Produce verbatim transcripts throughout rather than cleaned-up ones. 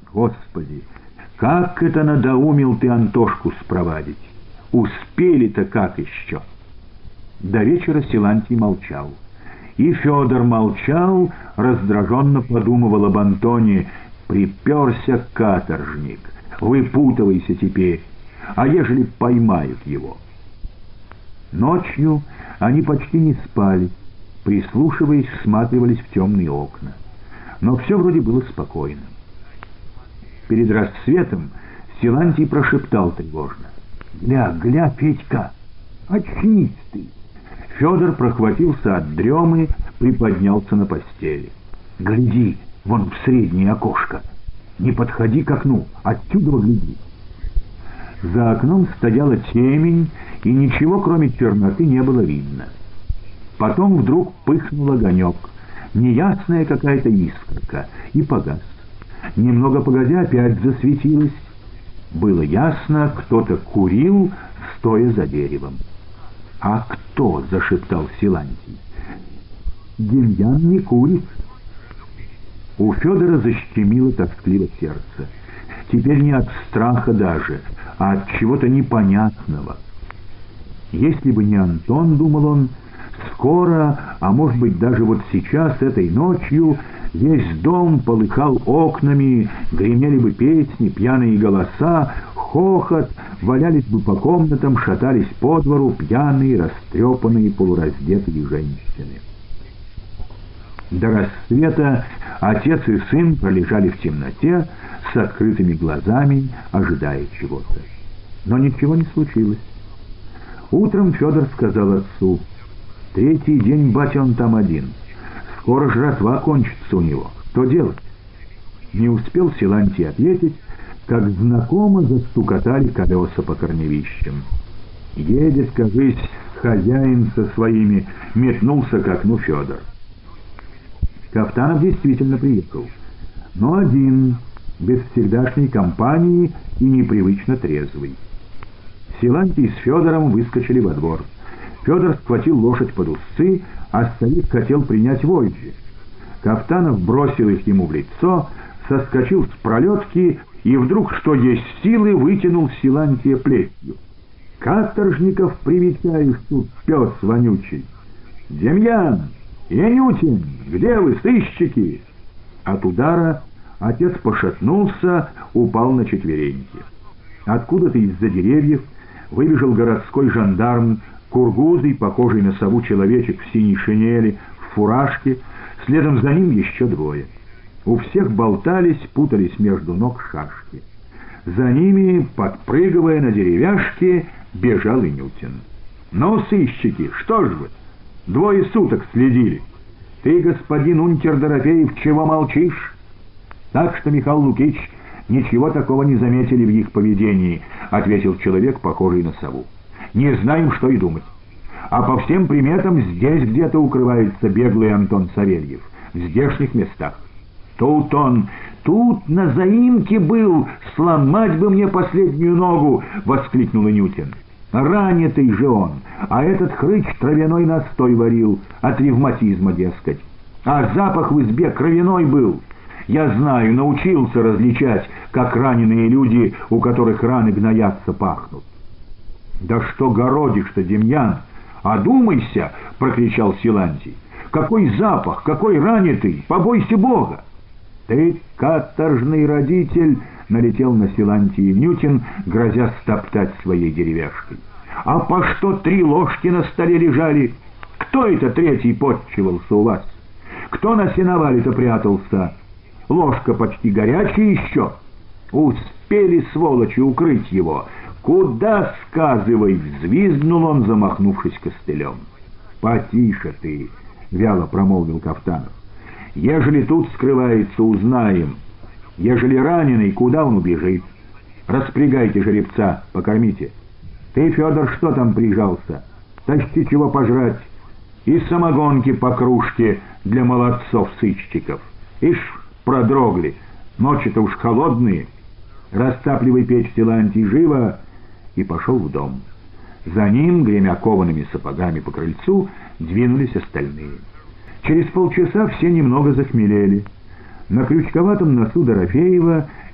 Господи, как это надоумил ты Антошку спровадить! Успели-то как еще! До вечера Силантий молчал. И Федор молчал, раздраженно подумывал об Антоне. Приперся каторжник, выпутывайся теперь, а ежели поймают его? Ночью они почти не спали, прислушиваясь, всматривались в темные окна. Но все вроде было спокойно. Перед рассветом Силантий прошептал тревожно: «Гля, гля, Петька, очнись ты!» Федор прохватился от дремы, приподнялся на постели. «Гляди, вон в среднее окошко! Не подходи к окну, отсюда гляди!» За окном стояла темень, и ничего, кроме черноты, не было видно. Потом вдруг пыхнул огонек, неясная какая-то искорка, и погас. Немного погодя, опять засветилось. Было ясно, кто-то курил, стоя за деревом. «А кто?» — зашептал Силантий. «Демьян не курит». У Федора защемило тоскливо сердце. Теперь не от страха даже, а от чего-то непонятного. Если бы не Антон, думал он, скоро, а может быть даже вот сейчас, этой ночью, весь дом полыхал окнами, гремели бы песни, пьяные голоса, хохот, валялись бы по комнатам, шатались по двору пьяные, растрепанные, полураздетые женщины. До рассвета отец и сын пролежали в темноте с открытыми глазами, ожидая чего-то. Но ничего не случилось. Утром Федор сказал отцу: «Третий день, батя, он там один. Скоро жратва кончится у него. Что делать?» Не успел Силантий ответить, как знакомо застукотали колеса по корневищам. Едет, кажись, хозяин со своими, метнулся к окну Федор. Кафтанов действительно приехал, но один, без всегдашней компании и непривычно трезвый. Силантий с Федором выскочили во двор. Федор схватил лошадь под усы, а старик хотел принять вожжи. Кафтанов бросил их ему в лицо, соскочил с пролетки и вдруг, что есть силы, вытянул Силантия плетью. «Каторжников привечаешь тут, пес вонючий! Демьян! Янютин! Где вы, сыщики?» От удара отец пошатнулся, упал на четвереньки. Откуда-то из-за деревьев выбежал городской жандарм, кургузый, похожий на сову человечек в синей шинели, в фуражке, следом за ним еще двое. У всех болтались, путались между ног шашки. За ними, подпрыгивая на деревяшке, бежал Инютин. «Ну, сыщики, что ж вы? Двое суток следили. Ты, господин унтер Дорофеев, чего молчишь?» «Так что, Михаил Лукич, ничего такого не заметили в их поведении», — ответил человек, похожий на сову. «Не знаем, что и думать. А по всем приметам здесь где-то укрывается беглый Антон Савельев, в здешних местах. Тут он, тут на заимке был, сломать бы мне последнюю ногу!» — воскликнул Инютин. «Ранитый же он, а этот хрыч травяной настой варил, от ревматизма, дескать. А запах в избе кровяной был. Я знаю, научился различать, как раненые люди, у которых раны гноятся, пахнут». «Да что городишь-то, Демьян? Одумайся!» — прокричал Силантий. «Какой запах, какой ранитый! Побойся Бога!» «Ты каторжный родитель!» — налетел на Силантия Инютин, грозя стоптать своей деревяшкой. «А по что три ложки на столе лежали? Кто это третий подчивался у вас? Кто на сеновале-то прятался? Ложка почти горячая еще. Успели, сволочи, укрыть его. Куда, сказывай!» — взвизгнул он, замахнувшись костылем. «Потише ты!» — вяло промолвил Кафтанов. «Ежели тут скрывается, узнаем. Ежели раненый, куда он убежит? Распрягайте жеребца, покормите. Ты, Федор, что там прижался? Тащи чего пожрать. И самогонки по кружке для молодцов-сыщиков. Ишь, продрогли, ночи-то уж холодные. Растапливай печь, Силантий, живо!» И пошел в дом. За ним, гремя коваными сапогами по крыльцу, двинулись остальные. Через полчаса все немного захмелели. На крючковатом носу Дорофеева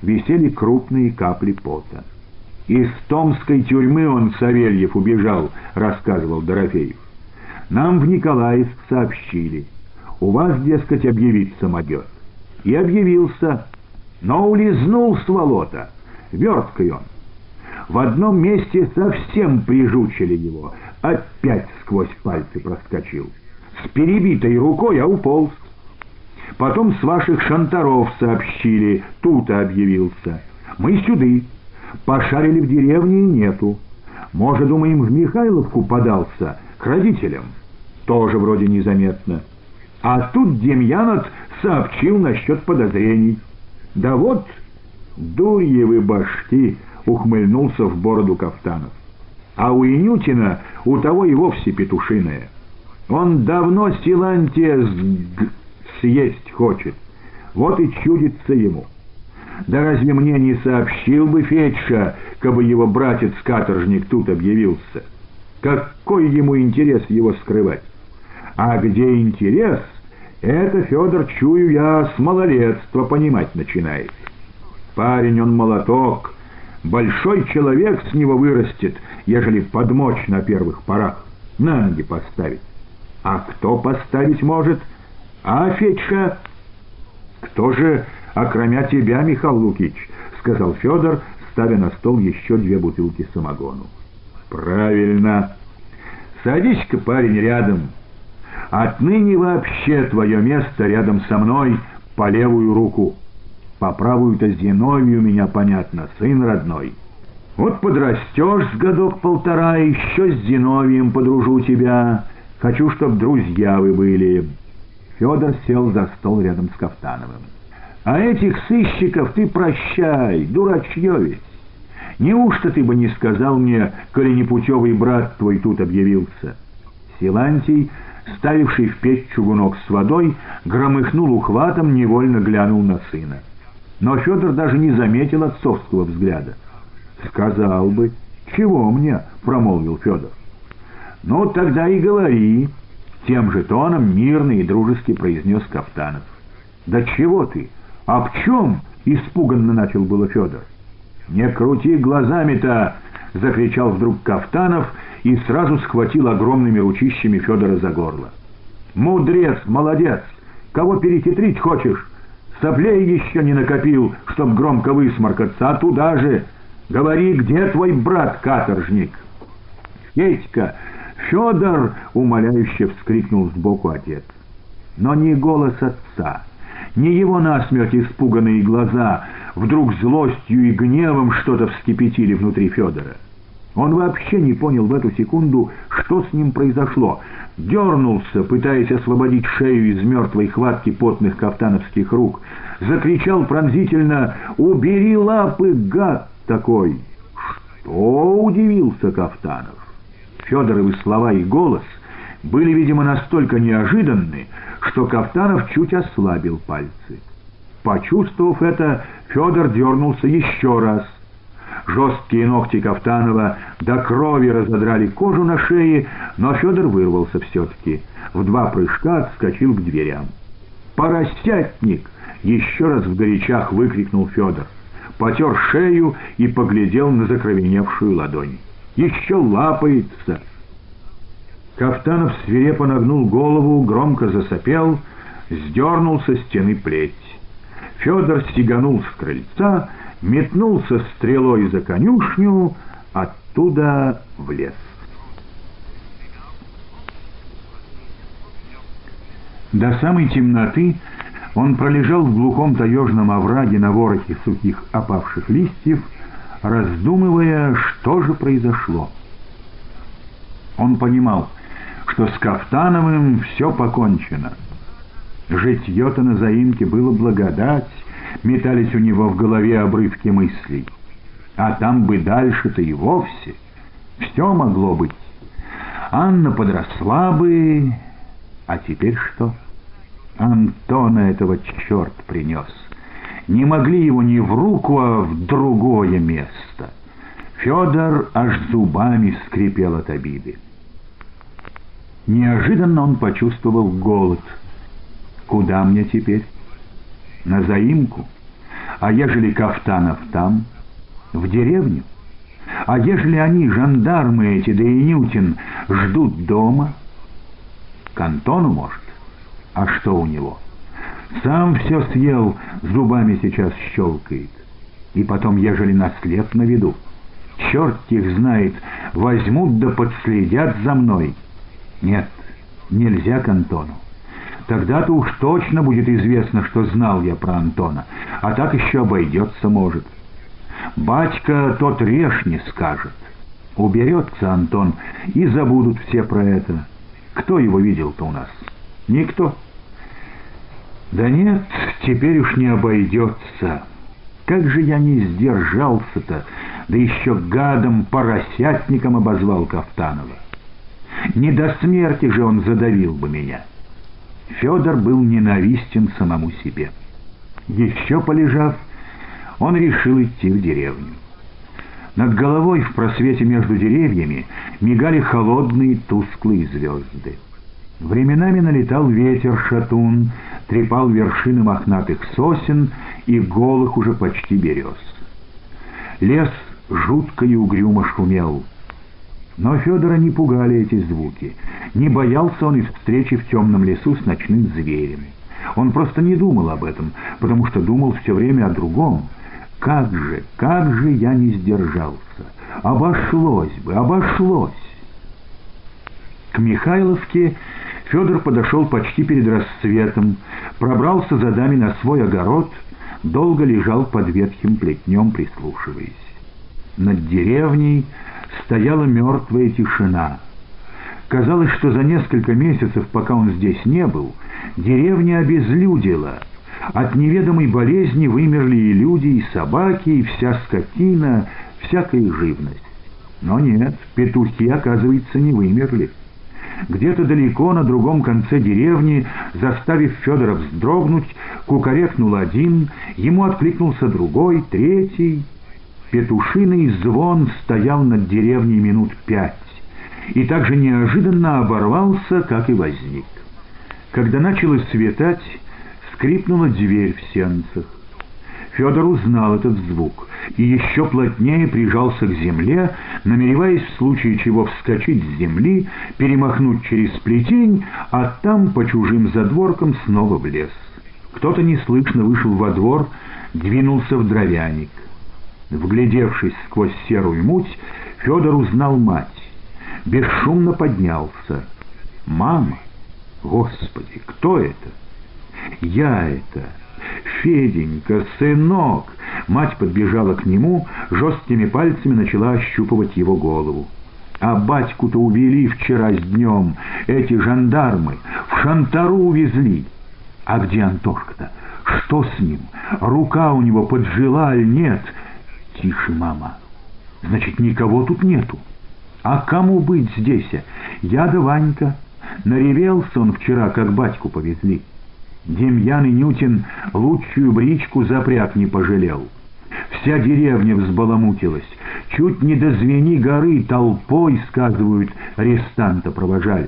висели крупные капли пота. «Из томской тюрьмы он, Савельев, убежал», — рассказывал Дорофеев. «Нам в Николаевск сообщили. У вас, дескать, объявиться могет. И объявился, но улизнул, сволота, верткой он. В одном месте совсем прижучили его, опять сквозь пальцы проскочил. С перебитой рукой, а уполз. Потом с ваших шантаров сообщили, тут объявился. Мы сюды. Пошарили в деревне и нету. Может, думаем, в Михайловку подался, к родителям. Тоже вроде незаметно. А тут Демьянот сообщил насчет подозрений. Да вот, дурьевы башки, ухмыльнулся в бороду Кафтанов. А у Инютина у того и вовсе петушиная. Он давно Силантия сг... съесть хочет. Вот и чудится ему. Да разве мне не сообщил бы Федьша, кабы его братец-каторжник тут объявился? Какой ему интерес его скрывать? А где интерес, это Федор, чую я, с малолетства понимать начинает. Парень он молоток, большой человек с него вырастет, ежели подмочь на первых порах, на ноги поставить. А кто поставить может? А Федьша? Кто же, окромя тебя, Михаил Лукич, сказал Федор, ставя на стол еще две бутылки самогону. Правильно. Садись-ка, парень, рядом. Отныне вообще твое место рядом со мной по левую руку. По правую-то Зиновий у меня, понятно, сын родной. Вот подрастешь с годок-полтора, еще с Зиновием подружу тебя. Хочу, чтоб друзья вы были. Федор сел за стол рядом с Кафтановым. А этих сыщиков ты прощай, дурачье ведь. Неужто ты бы не сказал мне, коли непутевый брат твой тут объявился? Силантий, ставивший в печь чугунок с водой, громыхнул ухватом, невольно глянул на сына. Но Федор даже не заметил отцовского взгляда. «Сказал бы. Чего мне?» — промолвил Федор. «Ну, тогда и говори», — тем же тоном мирно и дружески произнес Кафтанов. «Да чего ты? Об чем?» — испуганно начал было Федор. «Не крути глазами-то!» — закричал вдруг Кафтанов и сразу схватил огромными ручищами Федора за горло. «Мудрец, молодец! Кого перехитрить хочешь? Соплей еще не накопил, чтоб громко высморкаться, а туда же! Говори, где твой брат-каторжник?» «Федька! Федор!» — умоляюще вскрикнул сбоку отец. Но ни голос отца, ни его насмерть испуганные глаза вдруг злостью и гневом что-то вскипятили внутри Федора. Он вообще не понял в эту секунду, что с ним произошло. Дернулся, пытаясь освободить шею из мертвой хватки потных кафтановских рук. Закричал пронзительно: «Убери лапы, гад такой!» «Что?» — удивился Кафтанов. Федоровы слова и голос были, видимо, настолько неожиданны, что Кафтанов чуть ослабил пальцы. Почувствовав это, Федор дернулся еще раз. Жесткие ногти Кафтанова до крови разодрали кожу на шее, но Федор вырвался все-таки. В два прыжка отскочил к дверям. «Поросятник!» — еще раз в горячах выкрикнул Федор. Потер шею и поглядел на закровеневшую ладонь. «Еще лапается!» Кафтанов свирепо нагнул голову, громко засопел, сдернул со стены плеть. Федор стеганул с крыльца, метнулся стрелой за конюшню, оттуда в лес. До самой темноты он пролежал в глухом таежном овраге на ворохе сухих опавших листьев, раздумывая, что же произошло. Он понимал, что с Кафтановым все покончено. Житье-то на заимке было благодать, метались у него в голове обрывки мыслей. А там бы дальше-то и вовсе все могло быть. Анна подросла бы, а теперь что? Антона этого черт принес. Не могли его ни в руку, а в другое место. Федор аж зубами скрипел от обиды. Неожиданно он почувствовал голод. Куда мне теперь? На заимку? А ежели Кафтанов там, в деревню? А ежели они, жандармы эти, да и Нютин, ждут дома? К Антону, может? А что у него? Сам все съел, зубами сейчас щелкает. И потом, ежели на след наведу, черт их знает, возьмут да подследят за мной. Нет, нельзя к Антону. Тогда-то уж точно будет известно, что знал я про Антона, а так еще обойдется может. Батька тот режь не скажет. Уберется Антон, и забудут все про это. Кто его видел-то у нас? Никто. Да нет, теперь уж не обойдется. Как же я не сдержался-то, да еще гадом-поросятником обозвал Кафтанова. Не до смерти же он задавил бы меня. Федор был ненавистен самому себе. Еще полежав, он решил идти в деревню. Над головой в просвете между деревьями мигали холодные тусклые звезды. Временами налетал ветер-шатун, трепал вершины мохнатых сосен и голых уже почти берез. Лес жутко и угрюмо шумел. Но Федора не пугали эти звуки. Не боялся он и встречи в темном лесу с ночным зверем. Он просто не думал об этом, потому что думал все время о другом. Как же, как же я не сдержался! Обошлось бы, обошлось! К Михайловке Федор подошел почти перед рассветом, пробрался за дами на свой огород, долго лежал под ветхим плетнем, прислушиваясь. Над деревней стояла мертвая тишина. Казалось, что за несколько месяцев, пока он здесь не был, деревня обезлюдела. От неведомой болезни вымерли и люди, и собаки, и вся скотина, всякая живность. Но нет, петухи, оказывается, не вымерли. Где-то далеко на другом конце деревни, заставив Федора вздрогнуть, кукарекнул один, ему откликнулся другой, третий. Петушиный звон стоял над деревней минут пять и так же неожиданно оборвался, как и возник. Когда начало светать, скрипнула дверь в сенцах. Федор узнал этот звук и еще плотнее прижался к земле, намереваясь в случае чего вскочить с земли, перемахнуть через плетень, а там по чужим задворкам снова в лес. Кто-то неслышно вышел во двор, двинулся в дровяник. Вглядевшись сквозь серую муть, Федор узнал мать. Бесшумно поднялся. «Мама? Господи, кто это?» «Я это! Феденька, сынок!» Мать подбежала к нему, жесткими пальцами начала ощупывать его голову. «А батьку-то увели вчера с днем, эти жандармы, в Шантару увезли!» «А где Антошка-то? Что с ним? Рука у него поджила, аль нет?» «Тише, мама. Значит, никого тут нету. А кому быть здесь? Я да Ванька. Наревелся он вчера, как батьку повезли. Демьян и Нютин лучшую бричку запряг не пожалел. Вся деревня взбаламутилась. Чуть не до Звени горы толпой, сказывают, арестанта провожали.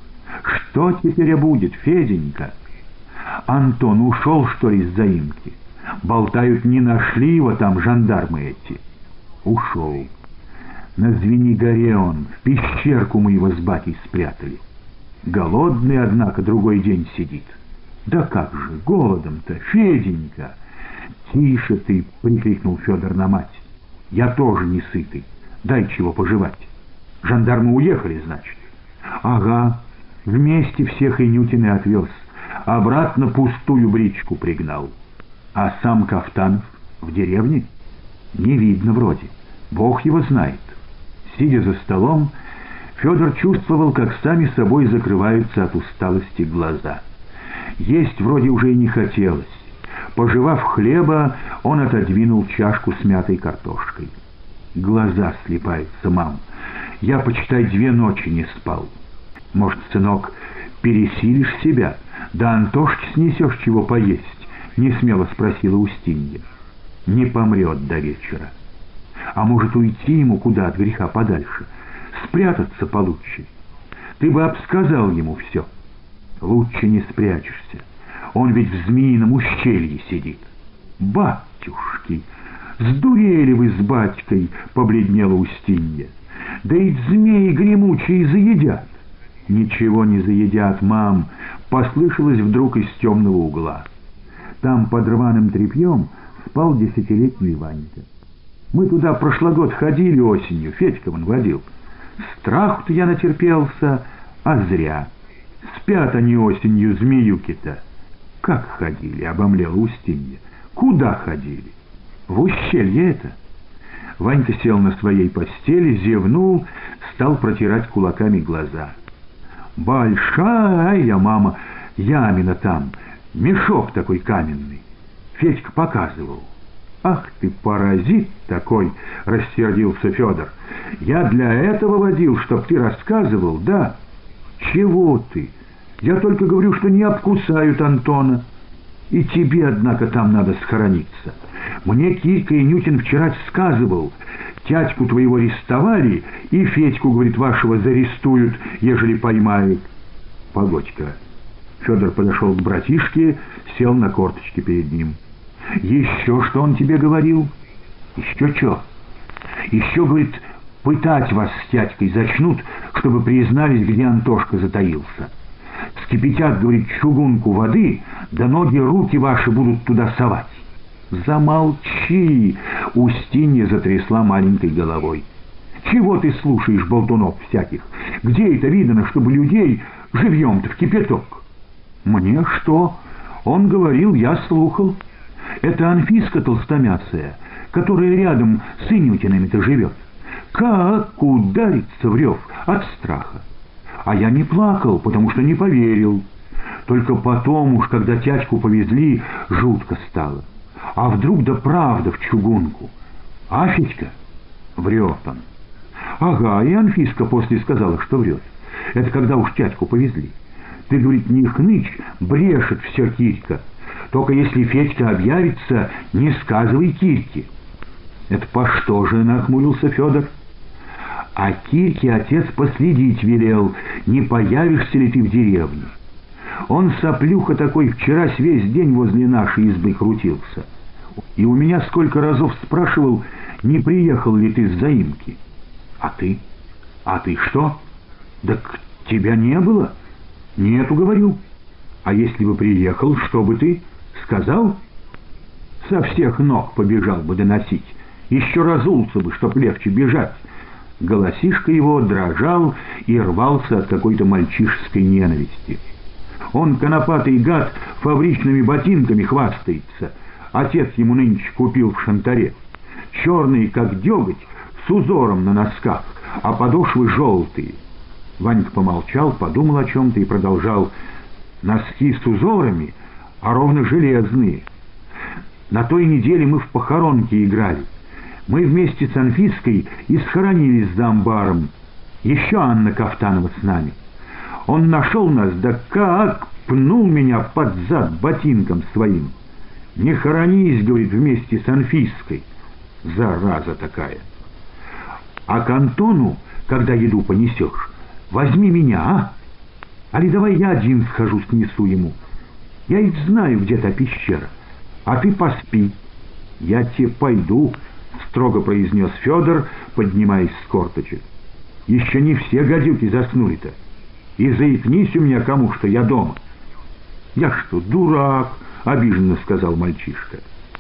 Что теперь будет, Феденька? Антон ушел, что ли, из заимки? Болтают, не нашли его там жандармы эти. Ушел. На Звени горе он, в пещерку мы его с батей спрятали. Голодный, однако, другой день сидит. Да как же, голодом-то, Феденька! Тише ты, прикрикнул Федор на мать. Я тоже не сытый, дай чего пожевать. Жандармы уехали, значит? Ага, вместе всех и Нютин и отвез, обратно пустую бричку пригнал. А сам Кафтанов в деревне? Не видно вроде, Бог его знает. Сидя за столом, Федор чувствовал, как сами собой закрываются от усталости глаза. Есть вроде уже и не хотелось. Пожевав хлеба, он отодвинул чашку с мятой картошкой. Глаза слипаются, мам. Я, почитай, две ночи не спал. Может, сынок, пересилишь себя, да Антошке снесешь чего поесть? Несмело спросила Устинья. Не помрет до вечера. А может, уйти ему куда от греха подальше? Спрятаться получше. Ты бы обсказал ему все. Лучше не спрячешься. Он ведь в змеином ущелье сидит. «Батюшки! Сдурели вы с батькой!» — побледнела Устинья. «Да и змеи гремучие заедят!» «Ничего не заедят, мам!» — послышалось вдруг из темного угла. Там под рваным тряпьем спал десятилетний Ванька. Мы туда прошлый год ходили осенью, Федька вон водил. Страху-то я натерпелся, а зря. Спят они осенью, змеюки-то. Как ходили, обомлела Устинья. Куда ходили? В ущелье это. Ванька сел на своей постели, зевнул, стал протирать кулаками глаза. Большая, мама, ямина там, мешок такой каменный. Федька показывал. «Ах ты, паразит такой!» — рассердился Федор. «Я для этого водил, чтоб ты рассказывал, да?» «Чего ты? Я только говорю, что не обкусают Антона. И тебе, однако, там надо схорониться. Мне Килька и Нютин вчера сказывал, тятьку твоего арестовали, и Федьку, говорит, вашего зарестуют, ежели поймают». «Погодь-ка». Федор подошел к братишке, сел на корточки перед ним. «Еще что он тебе говорил?» «Еще что?» «Еще, говорит, пытать вас с тятькой зачнут, чтобы признались, где Антошка затаился. Скипятят, говорит, чугунку воды, да ноги, руки ваши будут туда совать». «Замолчи!» — Устинья затрясла маленькой головой. «Чего ты слушаешь болтунов всяких? Где это видано, чтобы людей живьем-то в кипяток?» «Мне что?» Он говорил, я слухал. Это Анфиска толстомясая, которая рядом с Инютинами-то живет. Как ударится в рев от страха. А я не плакал, потому что не поверил. Только потом уж, когда тячку повезли, жутко стало. А вдруг да правда в чугунку? А Федька? Врет он. Ага, и Анфиска после сказала, что врет. Это когда уж тячку повезли. Ты, говорит, не хнычь, брешет все Кирька. Только если Федька объявится, не сказывай Кирьке. Это по что же, нахмурился Федор? А Кирьке отец последить велел, не появишься ли ты в деревне. Он, соплюха такой, вчера весь день возле нашей избы крутился. И у меня сколько разов спрашивал, не приехал ли ты с заимки. А ты? А ты что? Так тебя не было? Нету, говорю. А если бы приехал, что бы ты сказал? Со всех ног побежал бы доносить. Еще разулся бы, чтоб легче бежать. Голосишка его дрожал и рвался от какой-то мальчишеской ненависти. Он, конопатый гад, фабричными ботинками хвастается. Отец ему нынче купил в Шантаре. Черные, как деготь, с узором на носках, а подошвы желтые. Ванька помолчал, подумал о чем-то и продолжал. Носки с узорами, а ровно железные. На той неделе мы в похоронке играли. Мы вместе с Анфиской и схоронились за амбаром. Еще Анна Кафтанова с нами. Он нашел нас, да как пнул меня под зад ботинком своим. «Не хоронись, — говорит, — вместе с Анфиской». Зараза такая. «А к Антону, когда еду понесешь, возьми меня, а? Али давай я один схожу, снесу ему. Я ведь знаю, где та пещера. А ты поспи». «Я тебе пойду», — строго произнес Федор, поднимаясь с корточек. «Еще не все гадюки заснули-то. И заикнись у меня кому, что я дома». «Я что, дурак?» — обиженно сказал мальчишка.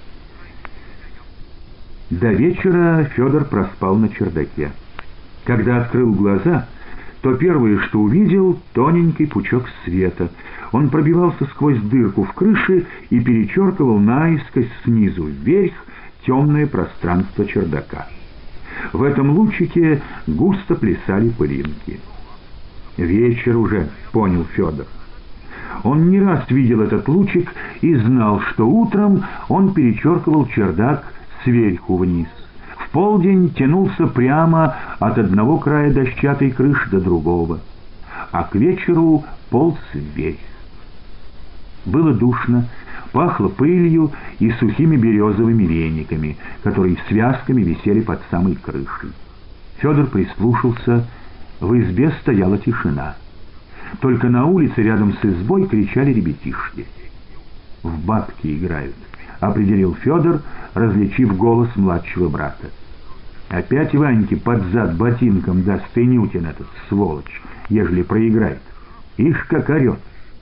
До вечера Федор проспал на чердаке. Когда открыл глаза, то первое, что увидел, тоненький пучок света. Он пробивался сквозь дырку в крыше и перечеркивал наискось снизу вверх темное пространство чердака. В этом лучике густо плясали пылинки. «Вечер уже», — понял Федор. Он не раз видел этот лучик и знал, что утром он перечеркивал чердак сверху вниз. В полдень тянулся прямо от одного края дощатой крыши до другого, а к вечеру полз вверх. Было душно, пахло пылью и сухими березовыми вениками, которые связками висели под самой крышей. Федор прислушался, в избе стояла тишина. Только на улице рядом с избой кричали ребятишки. В бабки играют. — определил Федор, различив голос младшего брата. «Опять Ваньке под зад ботинком даст Инютин этот сволочь, ежели проиграет. Ишь, как орет!»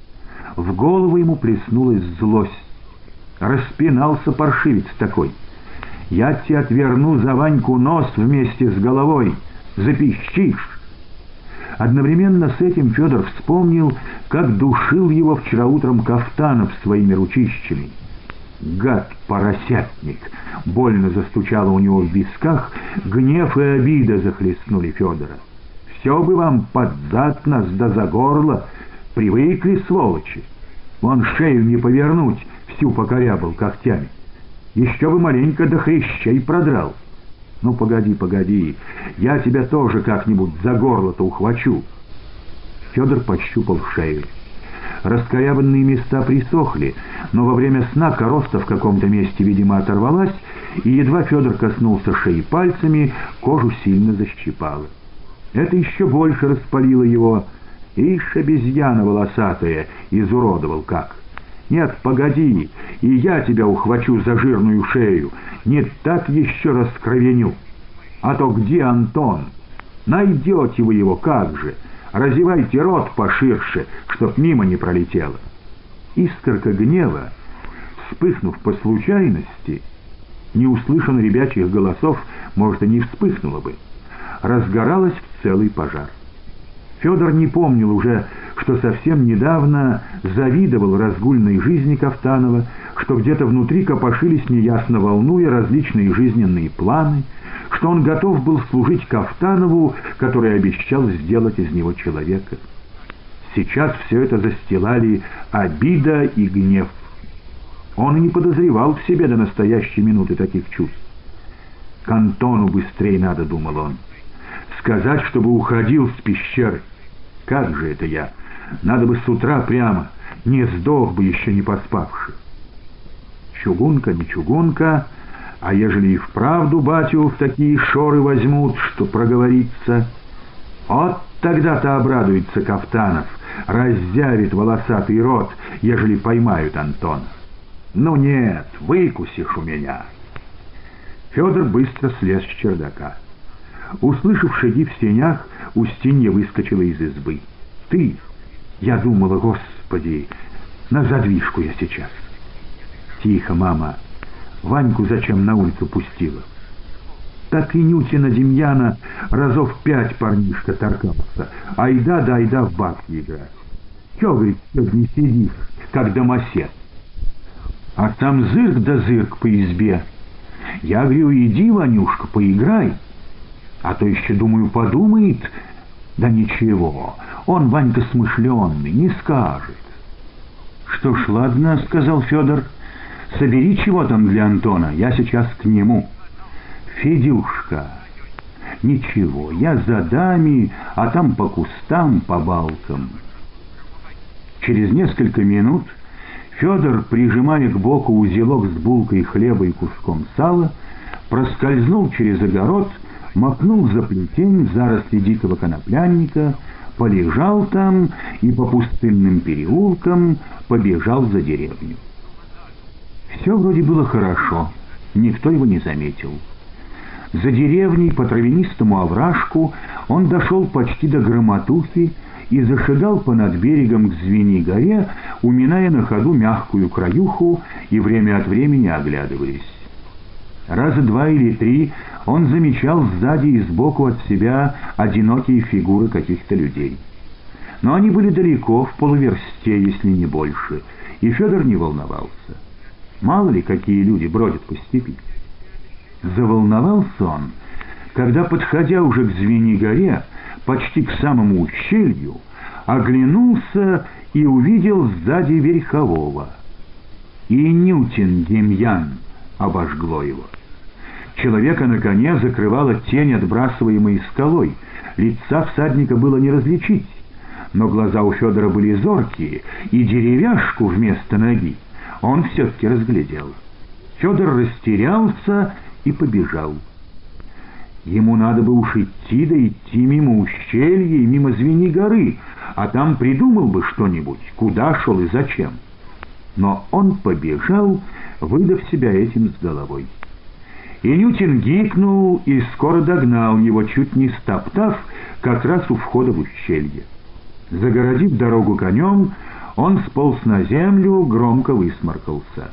В голову ему плеснулась злость. Распинался паршивец такой. «Я тебе отверну за Ваньку нос вместе с головой. Запищишь!» Одновременно с этим Федор вспомнил, как душил его вчера утром Кафтанов своими ручищами. Гад, поросятник! Больно застучало у него в висках, гнев и обида захлестнули Федора. «Все бы вам под зад нас да за горло! Привыкли, сволочи! Вон шею не повернуть, всю покорябал когтями. Еще бы маленько до хрящей продрал. Ну, погоди, погоди, я тебя тоже как-нибудь за горло-то ухвачу». Федор пощупал шею. Раскорябанные места присохли, но во время сна короста в каком-то месте, видимо, оторвалась, и едва Федор коснулся шеи пальцами, кожу сильно защипало. Это еще больше распалило его. Ишь, обезьяна волосатая, изуродовал как. «Нет, погоди, и я тебя ухвачу за жирную шею, не так еще раскровеню. А то где Антон? Найдете вы его, как же! Разевайте рот поширше, чтоб мимо не пролетело». Искорка гнева, вспыхнув по случайности, не услышан ребячьих голосов, может, и не вспыхнула бы, разгоралась в целый пожар. Федор не помнил уже, что совсем недавно завидовал разгульной жизни Кафтанова, что где-то внутри копошились, неясно волнуя, различные жизненные планы, что он готов был служить Кафтанову, который обещал сделать из него человека. Сейчас все это застилали обида и гнев. Он и не подозревал в себе до настоящей минуты таких чувств. «К Антону быстрее надо», — думал он. «Сказать, чтобы уходил с пещеры. Как же это я? Надо бы с утра прямо, не сдох бы еще не поспавши». Чугунка не чугунка, а ежели и вправду батю в такие шоры возьмут, что проговорится, вот тогда-то обрадуется Кафтанов, раззявит волосатый рот, ежели поймают Антона. «Ну нет, выкусишь у меня». Федор быстро слез с чердака. Услышав шаги в сенях, Устинья выскочила из избы. «Ты?» Я думала, господи, на задвижку я сейчас. «Тихо, мама. Ваньку зачем на улицу пустила?» Так и Нютина Демьяна разов пять парнишка торкался. Айда да айда в бабки играть. Чё, говорит, сегодня сидишь, как домосед? А сам зырк да зырк по избе. Я говорю, иди, Ванюшка, поиграй. А то еще, думаю, подумает. Да ничего, он, Ванька, смышленный, не скажет. «Что ж, ладно», — сказал Федор, — «собери чего там для Антона, я сейчас к нему». «Федюшка, ничего, я за дами, а там по кустам, по балкам». Через несколько минут Федор, прижимая к боку узелок с булкой хлеба и куском сала, проскользнул через огород, макнул за плетень заросли дикого коноплянника, полежал там и по пустынным переулкам побежал за деревню. Все вроде было хорошо, никто его не заметил. За деревней по травянистому овражку он дошел почти до Громотухи и зашагал понад берегом к Звени-горе, уминая на ходу мягкую краюху и время от времени оглядываясь. Раза два или три он замечал сзади и сбоку от себя одинокие фигуры каких-то людей. Но они были далеко, в полуверсте, если не больше, и Федор не волновался. Мало ли, какие люди бродят по степи. Заволновался он, когда, подходя уже к Звени-горе, почти к самому ущелью, оглянулся и увидел сзади верхового. И Нютин Демьян обожгло его. Человека на коне закрывала тень, отбрасываемой скалой. Лица всадника было не различить, но глаза у Федора были зоркие, и деревяшку вместо ноги он все-таки разглядел. Федор растерялся и побежал. Ему надо бы уж идти, да идти мимо ущелья и мимо Звени-горы, а там придумал бы что-нибудь, куда шел и зачем. но он побежал, выдав себя этим с головой. Инютин гикнул и скоро догнал его, чуть не стоптав, как раз у входа в ущелье. Загородив дорогу конем, он сполз на землю, громко высморкался.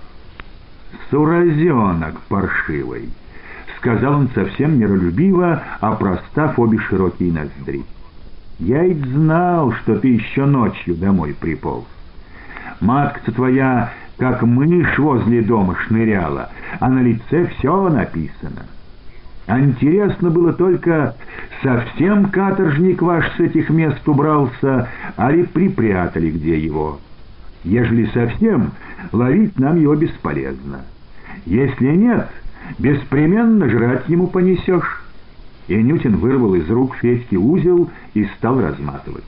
«Суразенок паршивый», — сказал он совсем миролюбиво, опростав обе широкие ноздри. «Я ведь знал, что ты еще ночью домой приполз. Матка-то твоя, как мышь возле дома шныряла, а на лице все написано. А интересно было только, совсем каторжник ваш с этих мест убрался, али припрятали где его? Ежели совсем, ловить нам его бесполезно. Если нет, беспременно жрать ему понесешь». Инютин вырвал из рук Федьки узел и стал разматывать.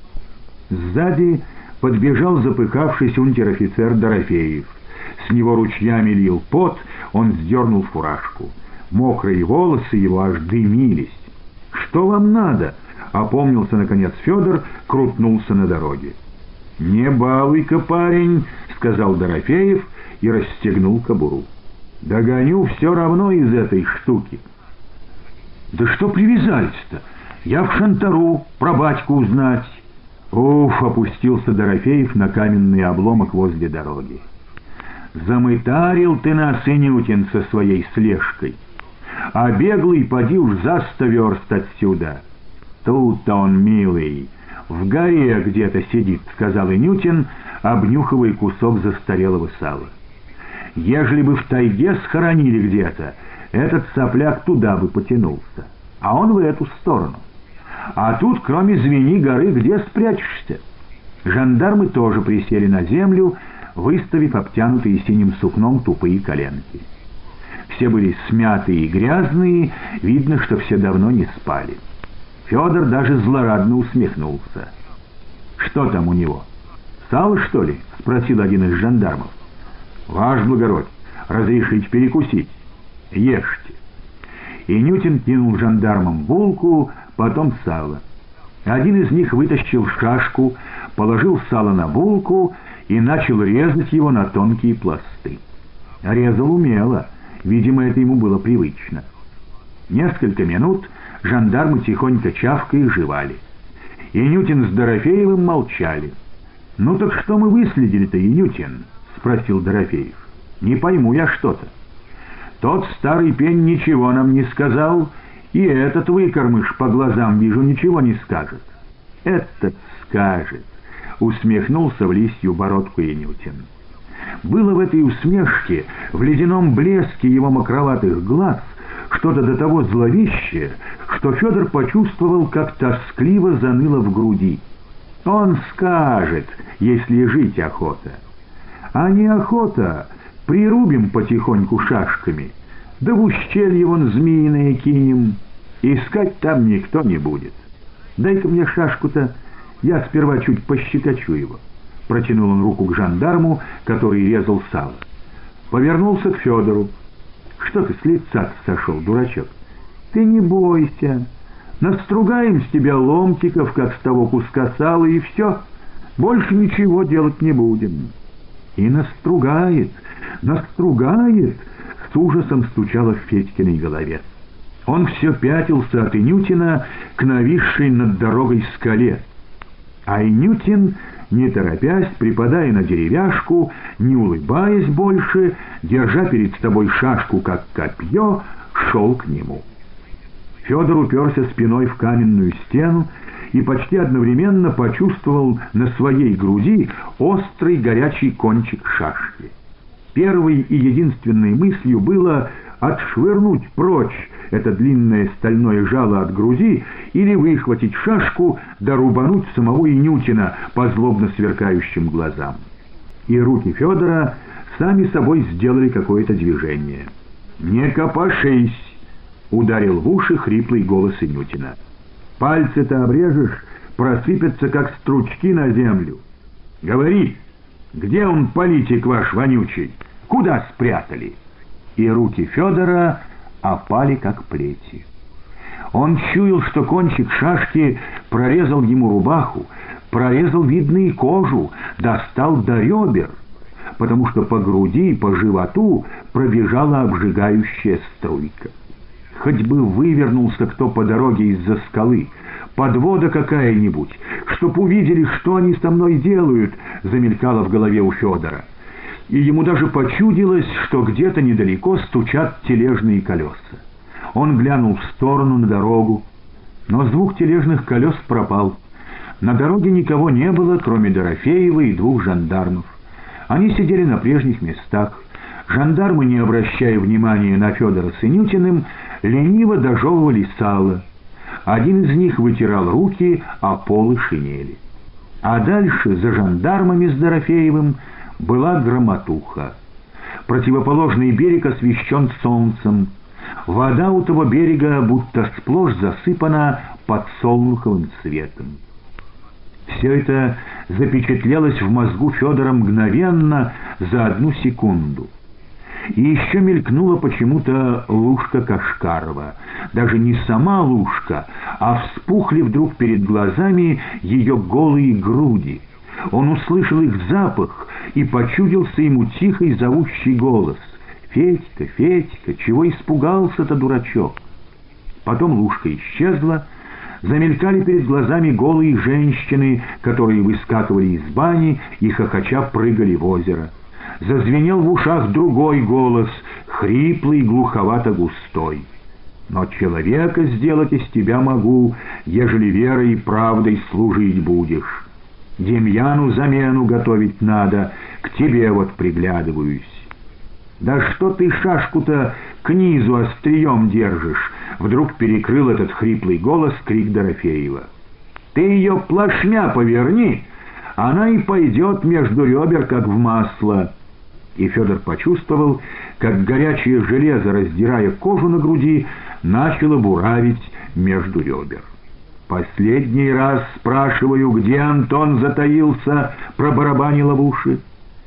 Сзади подбежал запыхавшийся унтер-офицер Дорофеев. С него ручьями лил пот, он сдернул фуражку. Мокрые волосы его аж дымились. «Что вам надо?» — опомнился наконец Федор, крутнулся на дороге. «Не балуй-ка, парень», — сказал Дорофеев и расстегнул кобуру. «Догоню все равно из этой штуки». «Да что привязались-то? Я в Шантару про батьку узнать». Уф, опустился Дорофеев на каменный обломок возле дороги. «Замытарил ты нас, Инютин, со своей слежкой. А беглый поди уж за сто верст отсюда. Тут-то он, милый, в горе где-то сидит», — сказал Инютин, обнюхивая кусок застарелого сала. «Ежели бы в тайге схоронили где-то, этот сопляк туда бы потянулся, а он в эту сторону. А тут, кроме Звени горы, где спрячешься?» Жандармы тоже присели на землю, выставив обтянутые синим сукном тупые коленки. Все были смятые и грязные, видно, что все давно не спали. Федор даже злорадно усмехнулся. «Что там у него? Сало, что ли?» — спросил один из жандармов. «Ваш благородь, разрешить перекусить? Ешьте». Инютин кинул жандармам булку, потом сало. Один из них вытащил шашку, положил сало на булку и начал резать его на тонкие пласты. Резал умело, видимо, это ему было привычно. Несколько минут жандармы тихонько чавкая жевали. Инютин с Дорофеевым молчали. «Ну так что мы выследили-то, Инютин?» — спросил Дорофеев. «Не пойму я что-то. Тот старый пень ничего нам не сказал, и этот выкормыш по глазам вижу ничего не скажет». «Этот скажет», — усмехнулся в лисью бородку Инютин. Было в этой усмешке, в ледяном блеске его мокроватых глаз, что-то до того зловещее, что Федор почувствовал, как тоскливо заныло в груди. Он скажет, если жить охота. А не охота, прирубим потихоньку шашками, да в ущелье вон змеиное кинем. Искать там никто не будет. Дай-ка мне шашку-то, я сперва чуть пощекочу его. Протянул он руку к жандарму, который резал сало. Повернулся к Федору. «Что ты с лица сошел, дурачок? Ты не бойся. Настругаем с тебя ломтиков, как с того куска сала, и все. Больше ничего делать не будем». И настругает, настругает, с ужасом стучало в Федькиной голове. Он все пятился от Инютина к нависшей над дорогой скале. А Инютин, не торопясь, припадая на деревяшку, не улыбаясь больше, держа перед собой шашку, как копье, шел к нему. Федор уперся спиной в каменную стену и почти одновременно почувствовал на своей груди острый горячий кончик шашки. Первой и единственной мыслью было отшвырнуть прочь это длинное стальное жало от груди или выхватить шашку да рубануть самого Инютина по злобно сверкающим глазам. И руки Федора сами собой сделали какое-то движение. «Не копошись!» — ударил в уши хриплый голос Инютина. «Пальцы-то обрежешь, просыпятся, как стручки на землю. Говори, где он, политик ваш вонючий? Куда спрятали?» И руки Федора опали, как плети. Он чуял, что кончик шашки прорезал ему рубаху, прорезал, видно, и кожу, достал до ребер. потому что по груди и по животу пробежала обжигающая струйка. Хоть бы вывернулся кто по дороге из-за скалы, подвода какая-нибудь, чтоб увидели, что они со мной делают, замелькало в голове у Федора. И ему даже почудилось, что где-то недалеко стучат тележные колеса. Он глянул в сторону на дорогу, но звук тележных колес пропал. На дороге никого не было, кроме Дорофеева и двух жандармов. Они сидели на прежних местах. Жандармы, не обращая внимания на Федора с Инютиным, лениво дожевывали сало. Один из них вытирал руки о полы шинели. А дальше, за жандармами с Дорофеевым, была громотуха. Противоположный берег освещен солнцем. Вода у того берега будто сплошь засыпана подсолнуховым цветом. Все это запечатлелось в мозгу Федора мгновенно, за одну секунду. И еще мелькнула почему-то Лушка Кашкарова. Даже не сама Лушка, а вспухли вдруг перед глазами ее голые груди. Он услышал их запах, и почудился ему тихий зовущий голос: «Федька, Федька, чего испугался-то, дурачок?» Потом Лушка исчезла, замелькали перед глазами голые женщины, которые выскакивали из бани и хохоча прыгали в озеро. Зазвенел в ушах другой голос, хриплый, глуховато-густой: «Но человека сделать из тебя могу, ежели верой и правдой служить будешь. Демьяну замену готовить надо, к тебе вот приглядываюсь». «Да что ты шашку-то к низу острием держишь?» Вдруг перекрыл этот хриплый голос крик Дорофеева. «Ты ее плашмя поверни, она и пойдет между ребер, как в масло». И Федор почувствовал, как горячее железо, раздирая кожу на груди, начало буравить между ребер. «Последний раз спрашиваю, где Антон затаился?» — пробарабанило в уши.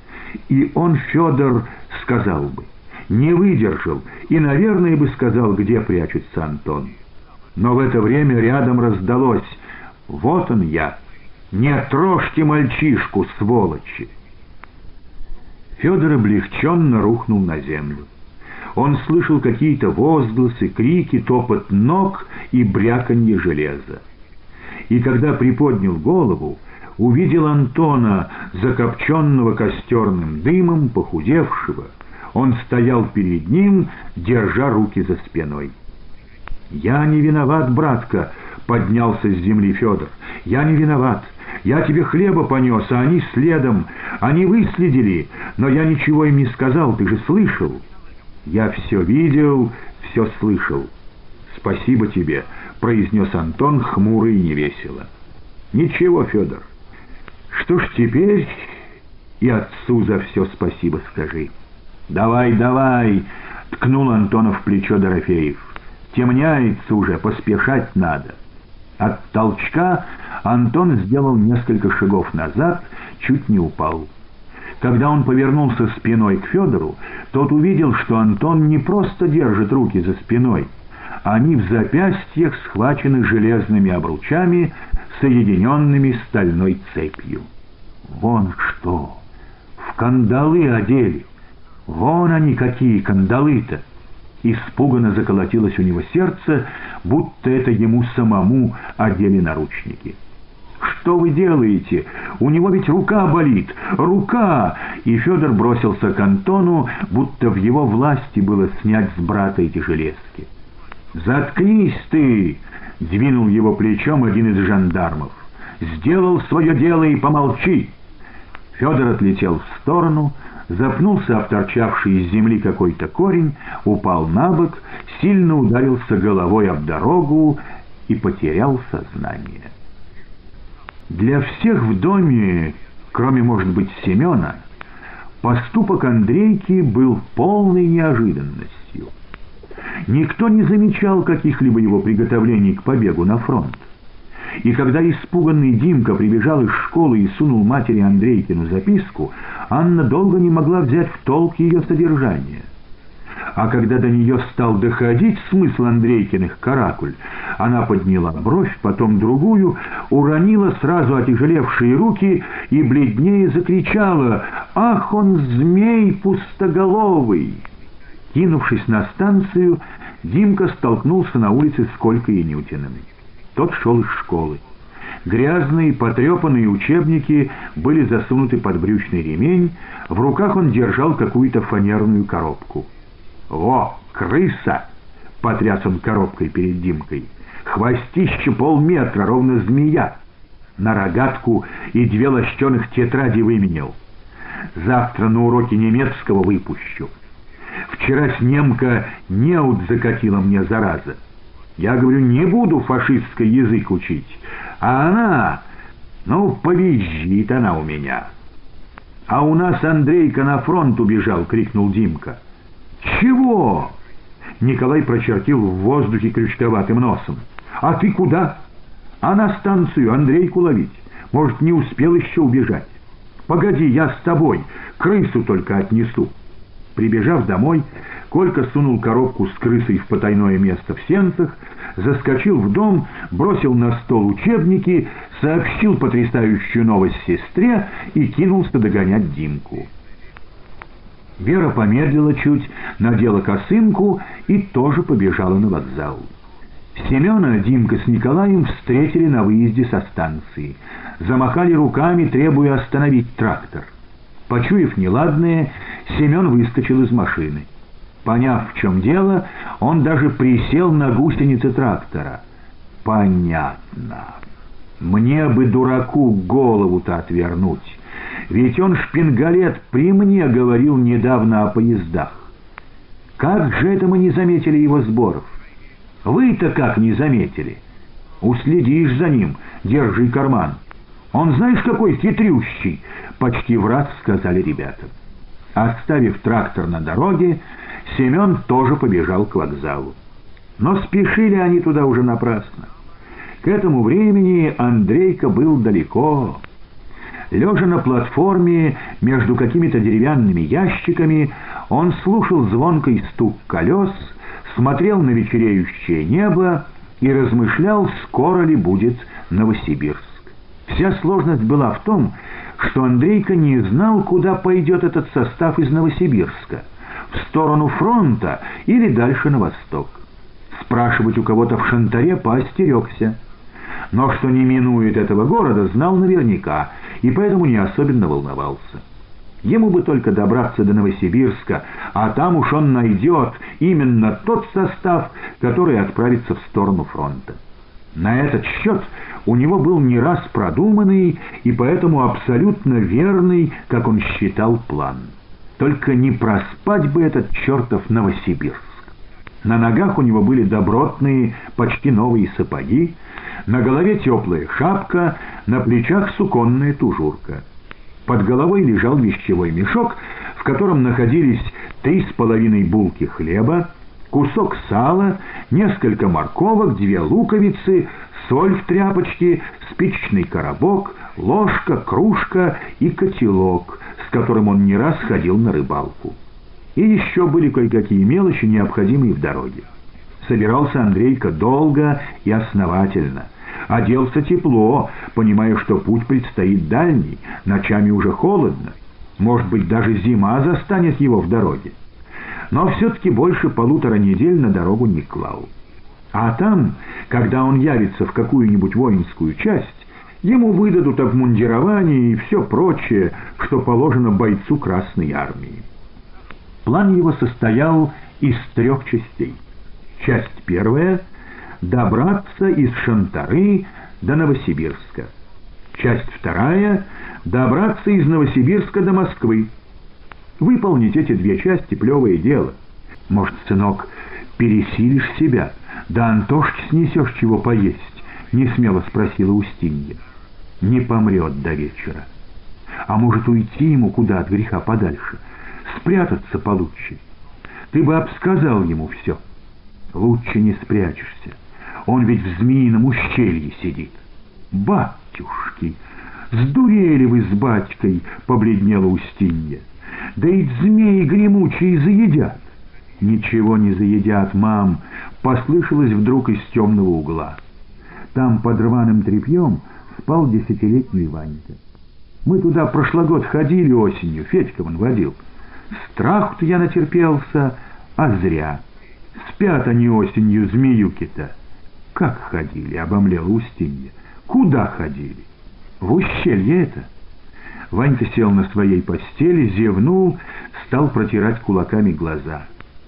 И он, Федор, сказал бы, не выдержал, и, наверное, бы сказал, где прячется Антон. Но в это время рядом раздалось: «Вот он я! Не трожьте мальчишку, сволочи!» Федор облегченно рухнул на землю. Он слышал какие-то возгласы, крики, топот ног и бряканье железа. И когда приподнял голову, увидел Антона, закопченного костерным дымом, похудевшего. Он стоял перед ним, держа руки за спиной. «Я не виноват, братка», — поднялся с земли Федор. «Я не виноват. Я тебе хлеба понес, а они следом. Они выследили, но я ничего им не сказал, ты же слышал». «Я все видел, все слышал. Спасибо тебе», — произнес Антон хмуро и невесело. «Ничего, Федор. Что ж теперь и отцу за все спасибо скажи». «Давай, давай!» — ткнул Антона в плечо Дорофеев. «Темняется уже, поспешать надо». От толчка Антон сделал несколько шагов назад, чуть не упал. Когда он повернулся спиной к Федору, тот увидел, что Антон не просто держит руки за спиной. Они в запястьях схвачены железными обручами, соединенными стальной цепью. «Вон что! В кандалы одели! Вон они какие кандалы-то!» Испуганно заколотилось у него сердце, будто это ему самому одели наручники. «Что вы делаете? У него ведь рука болит! Рука!» И Федор бросился к Антону, будто в его власти было снять с брата эти железки. «Заткнись ты!» — двинул его плечом один из жандармов. «Сделал свое дело и помолчи!» Федор отлетел в сторону, запнулся об торчавший из земли какой-то корень, упал на бок, сильно ударился головой об дорогу и потерял сознание. Для всех в доме, кроме, может быть, Семена, поступок Андрейки был полной неожиданностью. Никто не замечал каких-либо его приготовлений к побегу на фронт. И когда испуганный Димка прибежал из школы и сунул матери Андрейкину записку, Анна долго не могла взять в толк ее содержание. А когда до нее стал доходить смысл Андрейкиных каракуль, она подняла бровь, потом другую, уронила сразу отяжелевшие руки и бледнее закричала: «Ах, он змей пустоголовый!» Кинувшись на станцию, Димка столкнулся на улице с Колькой и Нютиным. Тот шел из школы. Грязные, потрепанные учебники были засунуты под брючный ремень, в руках он держал какую-то фанерную коробку. «Во, крыса!» — потряс он коробкой перед Димкой. «Хвостище полметра, ровно змея! На рогатку и две лощеных тетради выменял. Завтра на уроке немецкого выпущу. Вчера немка неуд закатила мне, зараза. Я говорю, не буду фашистский язык учить. А она, ну, повизжит она у меня. А у нас Андрейка на фронт убежал», — крикнул Димка. «Чего?» — Николай прочертил в воздухе крючковатым носом. «А ты куда?» «А на станцию Андрейку ловить. Может, не успел еще убежать. Погоди, я с тобой, крысу только отнесу». Прибежав домой, Колька сунул коробку с крысой в потайное место в сенцах, заскочил в дом, бросил на стол учебники, сообщил потрясающую новость сестре и кинулся догонять Димку. Вера помедлила чуть, надела косынку и тоже побежала на вокзал. Семена Димка с Николаем встретили на выезде со станции. Замахали руками, требуя остановить трактор. Почуяв неладное, Семен выскочил из машины. Поняв, в чем дело, он даже присел на гусеницы трактора. «Понятно. Мне бы, дураку, голову-то отвернуть. Ведь он, шпингалет, при мне говорил недавно о поездах. Как же это мы не заметили его сборов? Вы-то как не заметили? Уследишь за ним, держи карман. Он знаешь, какой хитрющий!» Почти в раз сказали ребята. Оставив трактор на дороге, Семен тоже побежал к вокзалу. Но спешили они туда уже напрасно. К этому времени Андрейка был далеко. Лежа на платформе между какими-то деревянными ящиками, он слушал звонкий стук колес, смотрел на вечереющее небо и размышлял, скоро ли будет Новосибирск. Вся сложность была в том, что Андрейка не знал, куда пойдет этот состав из Новосибирска, в сторону фронта или дальше на восток. Спрашивать у кого-то в Шантаре поостерегся. Но что не минует этого города, знал наверняка, и поэтому не особенно волновался. Ему бы только добраться до Новосибирска, а там уж он найдет именно тот состав, который отправится в сторону фронта. На этот счет у него был не раз продуманный и поэтому абсолютно верный, как он считал, план. Только не проспать бы этот чертов Новосибирск. На ногах у него были добротные, почти новые сапоги, на голове теплая шапка, на плечах суконная тужурка. Под головой лежал вещевой мешок, в котором находились три с половиной булки хлеба, кусок сала, несколько морковок, две луковицы, соль в тряпочке, спичечный коробок, ложка, кружка и котелок, с которым он не раз ходил на рыбалку. И еще были кое-какие мелочи, необходимые в дороге. Собирался Андрейка долго и основательно. Оделся тепло, понимая, что путь предстоит дальний, ночами уже холодно. Может быть, даже зима застанет его в дороге. Но все-таки больше полутора недель на дорогу не клал. А там, когда он явится в какую-нибудь воинскую часть, ему выдадут обмундирование и все прочее, что положено бойцу Красной Армии. План его состоял из трех частей. Часть первая — добраться из Шантары до Новосибирска. Часть вторая — добраться из Новосибирска до Москвы. Выполнить эти две части — плевое дело. Может, сынок, пересилишь себя, да Антошке снесешь чего поесть? — несмело спросила Устинья. Не помрет до вечера. А может, уйти ему куда от греха подальше? Спрятаться получше. Ты бы обсказал ему все. Лучше не спрячешься. Он ведь в Змеином ущелье сидит. Батюшки, сдурели вы с батькой, побледнела Устинья. Да и змеи гремучие заедят. «Ничего не заедят, мам!» послышалось вдруг из темного угла. Там под рваным тряпьем спал десятилетний Ванька. Мы туда прошлый год ходили осенью, Федька вон водил. Страху-то я натерпелся, а зря. Спят они осенью, змеюки-то. Как ходили, обомлела Устинья. Куда ходили? В ущелье это. Ванька сел на своей постели, зевнул, стал протирать кулаками глаза.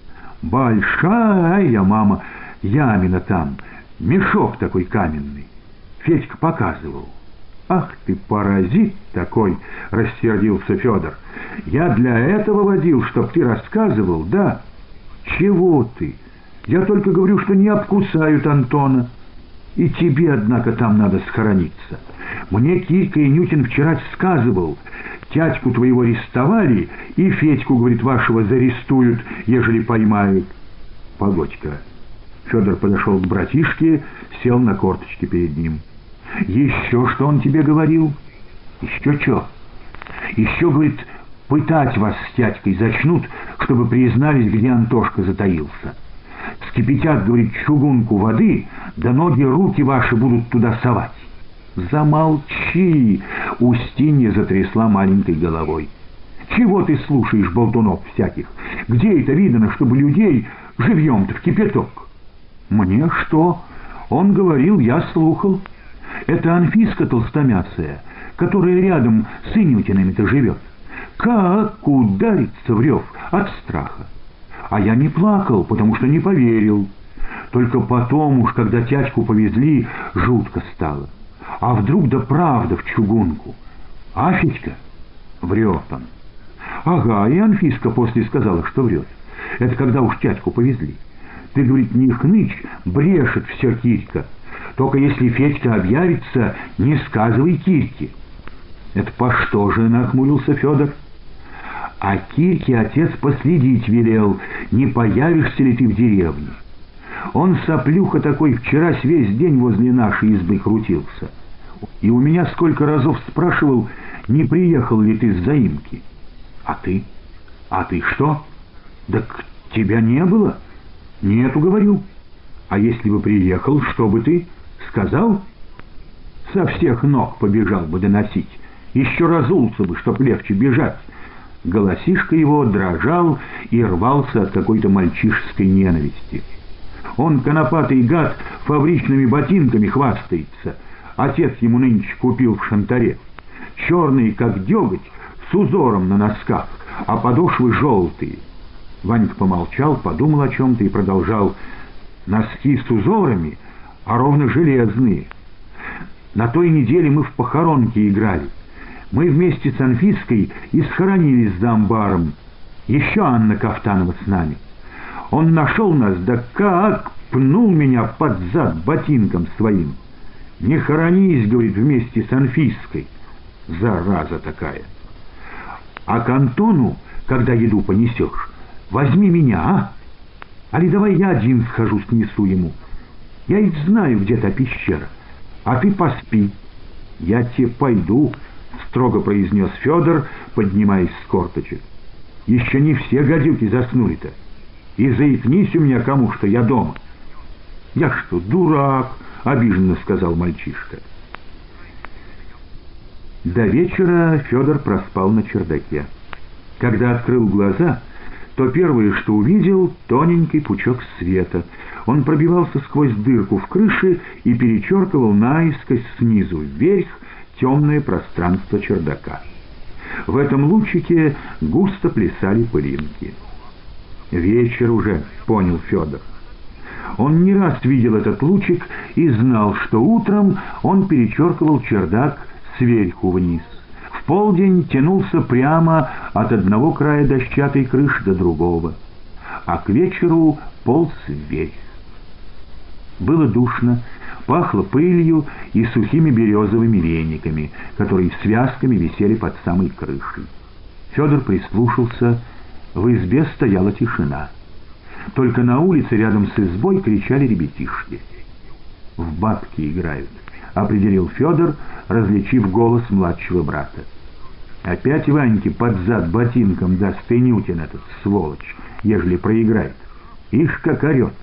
Большая, мама, ямина там, мешок такой каменный. Федька показывал. «Ах ты, паразит такой!» — рассердился Федор. «Я для этого водил, чтоб ты рассказывал, да?» «Чего ты? Я только говорю, что не обкусают Антона. И тебе, однако, там надо схорониться. Мне Килька и Нютин вчера сказывал, тятьку твоего арестовали, и Федьку, говорит, вашего зарестуют, ежели поймают». «Погодь-ка». Федор подошел к братишке, сел на корточки перед ним. «Еще что он тебе говорил?» «Еще что?» «Еще, говорит, пытать вас с тятькой зачнут, чтобы признались, где Антошка затаился. Скипятят, говорит, чугунку воды, да ноги, руки ваши будут туда совать». «Замолчи!» — Устинья затрясла маленькой головой. «Чего ты слушаешь болтунов всяких? Где это видано, чтобы людей живьем-то в кипяток?» «Мне что?» Он говорил, я слухал. Это Анфиска толстомясая, которая рядом с Инютинами-то живет. Как ударится в рев от страха. А я не плакал, потому что не поверил. Только потом уж, когда тятьку повезли, жутко стало. А вдруг да правда в чугунку? А Федька? Врет он. Ага, и Анфиска после сказала, что врет. Это когда уж тятьку повезли. Ты, говорит, не хнычь, брешет все Кирька. Только если Федька объявится, не сказывай Кирьке. Это по что же, нахмурился Федор? А Кирьке отец последить велел, не появишься ли ты в деревне. Он, соплюха такой, вчера весь день возле нашей избы крутился. И у меня сколько разов спрашивал, не приехал ли ты с заимки. А ты? А ты что? Так тебя не было? Нету, говорю. А если бы приехал, что бы ты сказал? Со всех ног побежал бы доносить. Еще разулся бы, чтоб легче бежать. Голосишка его дрожал и рвался от какой-то мальчишеской ненависти. Он, конопатый гад, фабричными ботинками хвастается. Отец ему нынче купил в Шантаре. Черные, как деготь, с узором на носках, а подошвы желтые. Ванька помолчал, подумал о чем-то и продолжал. Носки с узорами, а ровно железные. На той неделе мы в похоронке играли. Мы вместе с Анфиской и схоронились за амбаром. Еще Анна Кафтанова с нами. Он нашел нас, да как пнул меня под зад ботинком своим. «Не хоронись, — говорит, — вместе с Анфиской. Зараза такая. А к Антону, когда еду понесешь, возьми меня, а? Али давай я один схожу, снесу ему. Я ведь знаю, где та пещера. А ты поспи». «Я тебе пойду, — строго произнес Федор, поднимаясь с корточек. «Еще не все гадюки заснули-то. И заикнись у меня кому, что я дома». «Я что, дурак?» — обиженно сказал мальчишка. До вечера Федор проспал на чердаке. Когда открыл глаза, то первое, что увидел, тоненький пучок света. Он пробивался сквозь дырку в крыше и перечеркивал наискось снизу вверх темное пространство чердака. В этом лучике густо плясали пылинки. «Вечер уже», — понял Федор. Он не раз видел этот лучик и знал, что утром он перечеркивал чердак сверху вниз. В полдень тянулся прямо от одного края дощатой крыши до другого, а к вечеру полз вверх. Было душно, пахло пылью и сухими березовыми вениками, которые связками висели под самой крышей. Федор прислушался. В избе стояла тишина. Только на улице рядом с избой кричали ребятишки. «В бабки играют», — определил Федор, различив голос младшего брата. «Опять Ваньке под зад ботинком даст Инютин этот сволочь, ежели проиграет». Ишь, как орет!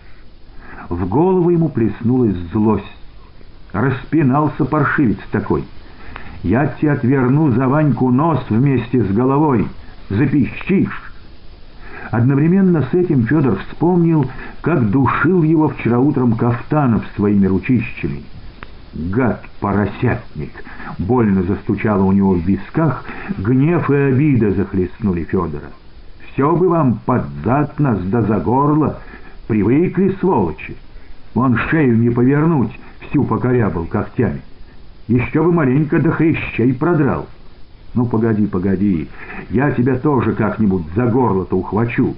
В голову ему плеснулась злость. Распинался паршивец такой. Я тебе отверну за Ваньку нос вместе с головой. Запищишь. Одновременно с этим Федор вспомнил, как душил его вчера утром Кафтанов своими ручищами. Гад-поросятник! Больно застучало у него в висках, гнев и обида захлестнули Федора. Все бы вам под зад нас да за горло, привыкли, сволочи. Вон шею не повернуть, всю покорябал когтями. Еще бы маленько до хрящей продрал. Ну, погоди, погоди, я тебя тоже как-нибудь за горло-то ухвачу.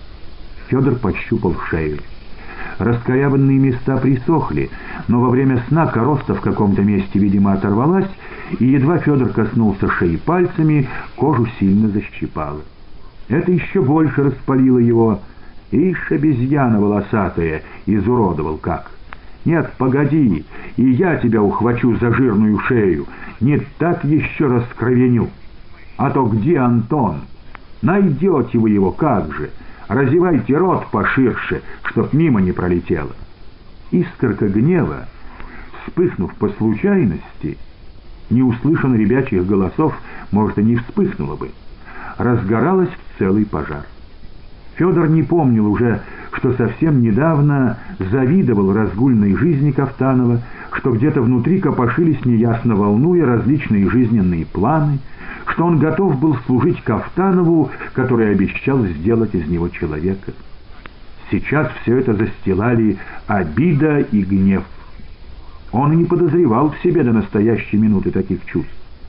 Федор пощупал шею. Раскорябанные места присохли, но во время сна короста в каком-то месте, видимо, оторвалась, и едва Федор коснулся шеи пальцами, кожу сильно защипало. Это еще больше распалило его. Ишь, обезьяна волосатая, изуродовал как. Нет, погоди, и я тебя ухвачу за жирную шею, не так еще раскровеню. А то где Антон? Найдете вы его, как же. Разевайте рот поширше, чтоб мимо не пролетело. Искорка гнева, вспыхнув по случайности, не услышан ребячьих голосов, может, и не вспыхнула бы, разгоралась в целый пожар. Федор не помнил уже, что совсем недавно завидовал разгульной жизни Кафтанова, что где-то внутри копошились неясно волнуя различные жизненные планы, что он готов был служить Кафтанову, который обещал сделать из него человека. Сейчас все это застилали обида и гнев. Он и не подозревал в себе до настоящей минуты таких чувств.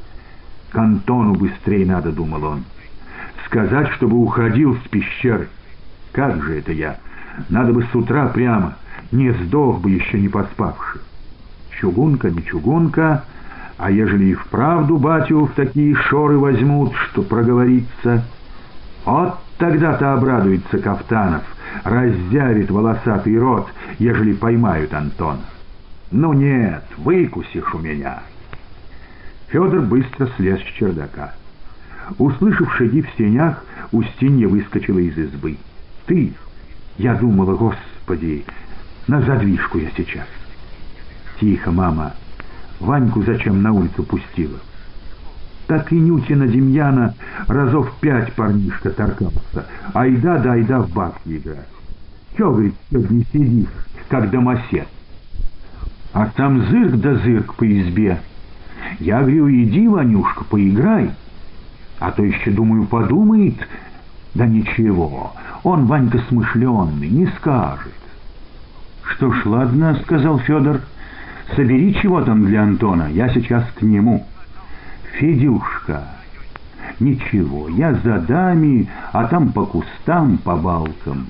«К Антону быстрее надо», — думал он. «Сказать, чтобы уходил с пещеры. Как же это я? Надо бы с утра прямо, не сдох бы еще не поспавши. Чугунка, не чугунка, а ежели и вправду батю в такие шоры возьмут, что проговорится, вот тогда-то обрадуется Кафтанов, раззявит волосатый рот, ежели поймают Антона. Ну нет, выкусишь у меня». Федор быстро слез с чердака. Услышав шаги в сенях, Устинья выскочила из избы. «Ты?» Я думала, господи, на задвижку я сейчас. «Тихо, мама. Ваньку зачем на улицу пустила?» Так и Нютина Демьяна разов пять парнишка торкался. Айда да айда в бабки играть. Че, говорит, сегодня сидишь, как домосед? А сам зырк да зырк по избе. Я говорю, иди, Ванюшка, поиграй. А то еще, думаю, подумает. Да ничего, он, Ванька, смышленный, не скажет. «Что ж, ладно», — сказал Федор, — «собери чего там для Антона, я сейчас к нему». «Федюшка, ничего, я за дами, а там по кустам, по балкам».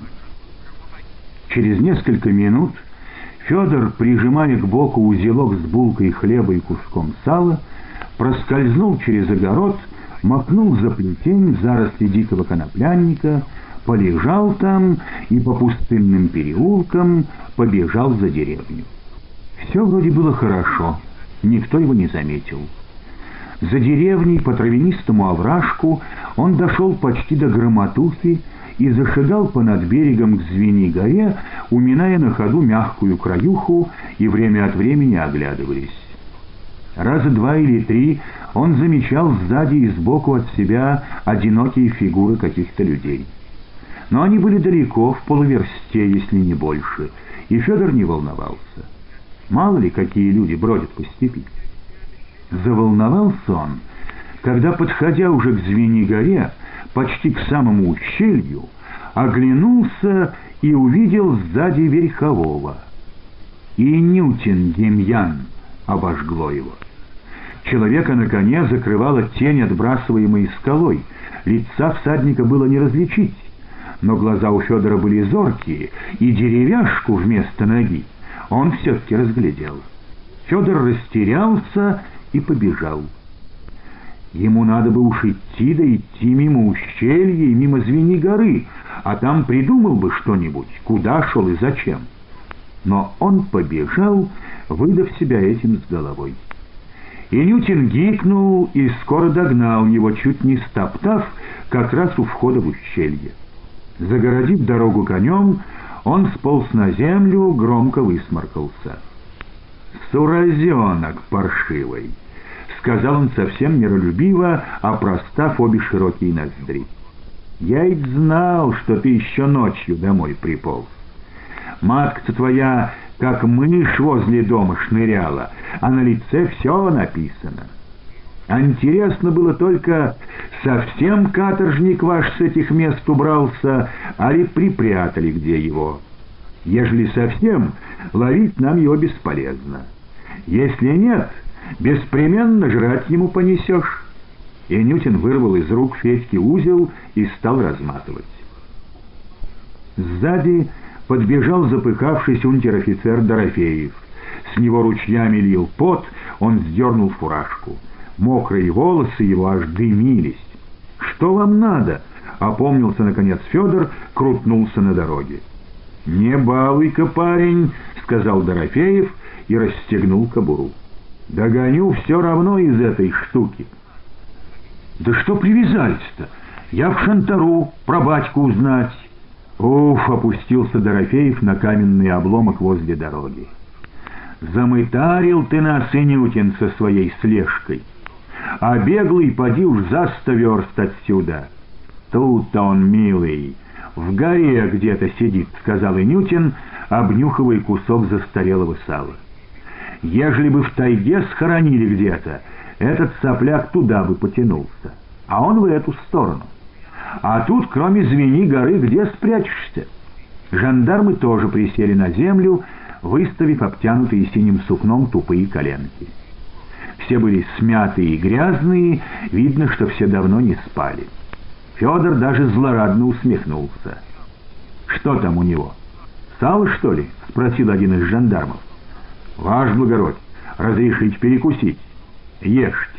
Через несколько минут Федор, прижимая к боку узелок с булкой хлеба и куском сала, проскользнул через огород, макнул за плетень в заросли дикого коноплянника, полежал там и по пустынным переулкам побежал за деревню. Все вроде было хорошо, никто его не заметил. За деревней по травянистому овражку он дошел почти до Громотухи и зашагал понад берегом к Звени-горе, уминая на ходу мягкую краюху и время от времени оглядываясь. Раза два или три он замечал сзади и сбоку от себя одинокие фигуры каких-то людей. Но они были далеко, в полуверсте, если не больше, и Федор не волновался. Мало ли, какие люди бродят по степи. Заволновался он, когда, подходя уже к Звени-горе, почти к самому ущелью, оглянулся и увидел сзади верхового. И Нютин Демьян обожгло его. Человека на коне закрывала тень, отбрасываемой скалой. Лица всадника было не различить, но глаза у Федора были зоркие, и деревяшку вместо ноги он все-таки разглядел. Федор растерялся и побежал. Ему надо бы уж идти, да идти мимо ущелья и мимо Звени-горы, а там придумал бы что-нибудь, куда шел и зачем. Но он побежал, выдав себя этим с головой. И Нютин гикнул и скоро догнал его, чуть не стоптав, как раз у входа в ущелье. Загородив дорогу конем, Он сполз на землю, громко высморкался. «Суразенок паршивый», — сказал он совсем миролюбиво, опростав обе широкие ноздри. «Я ведь знал, что ты еще ночью домой приполз. Матка-то твоя, как мышь возле дома шныряла, а на лице все написано. А интересно было только, совсем каторжник ваш с этих мест убрался, али припрятали где его? Ежели совсем, ловить нам его бесполезно. Если нет, беспременно жрать ему понесешь». И Нютин вырвал из рук Федьки узел и стал разматывать. Сзади подбежал запыхавшийся унтер-офицер Дорофеев. С него ручьями лил пот, он сдернул фуражку. Мокрые волосы его аж дымились. «Что вам надо?» — опомнился, наконец, Федор, крутнулся на дороге. «Не балуй-ка, парень», — сказал Дорофеев и расстегнул кобуру. «Догоню все равно из этой штуки». «Да что привязались-то? Я в Шантару, про батьку узнать». Уф, опустился Дорофеев на каменный обломок возле дороги. «Замытарил ты нас, Инютин, со своей слежкой. А беглый поди уж за сто верст отсюда. Тут-то он, милый, в горе где-то сидит», — сказал Инютин, обнюхивая кусок застарелого сала. «Ежели бы в тайге схоронили где-то, этот сопляк туда бы потянулся, а он в эту сторону. А тут, кроме Звени горы, где спрячешься?» Жандармы тоже присели на землю, выставив обтянутые синим сукном тупые коленки. Все были смятые и грязные, видно, что все давно не спали. Федор даже злорадно усмехнулся. «Что там у него? Сало, что ли?» — спросил один из жандармов. «Ваше благородие, разрешите перекусить?» «Ешьте».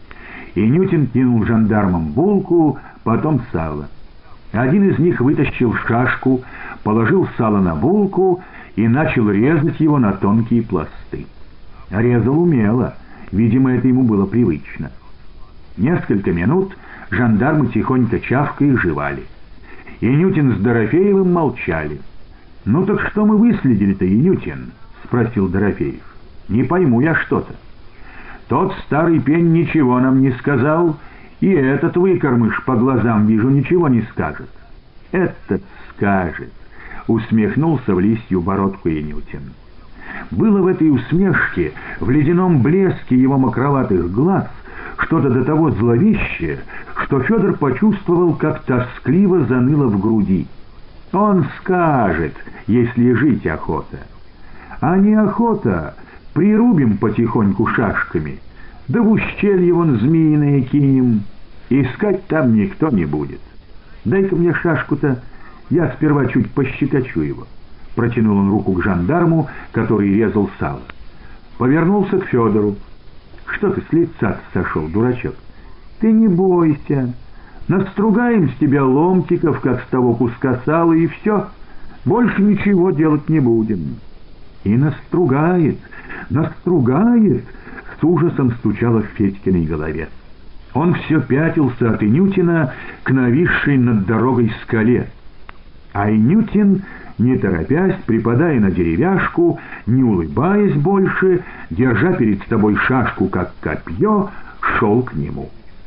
И Нютин кинул жандармам булку, потом сало. Один из них вытащил шашку, положил сало на булку и начал резать его на тонкие пласты. Резал умело, видимо, это ему было привычно. Несколько минут жандармы тихонько чавкая жевали. Инютин с Дорофеевым молчали. «Ну так что мы выследили-то, Инютин?» — спросил Дорофеев. «Не пойму я что-то. Тот старый пень ничего нам не сказал, и этот выкормыш по глазам, вижу, ничего не скажет». «Этот скажет», — усмехнулся в листью бородку Инютин. Было в этой усмешке, в ледяном блеске его мокроватых глаз, что-то до того зловещее, что Федор почувствовал, как тоскливо заныло в груди. Он скажет, если жить охота. А не охота, прирубим потихоньку шашками, да в ущелье вон змеиное кинем. Искать там никто не будет. Дай-ка мне шашку-то, я сперва чуть пощекочу его. Протянул он руку к жандарму, который резал сало. Повернулся к Федору. «Что ты с лица сошел, дурачок? Ты не бойся. Настругаем с тебя ломтиков, как с того куска сала, и все. Больше ничего делать не будем». «И настругает, настругает», — с ужасом стучало в Федькиной голове. Он все пятился от Инютина к нависшей над дорогой скале. А Инютин, не торопясь, припадая на деревяшку, не улыбаясь больше, держа перед собой шашку, как копье, шел к нему.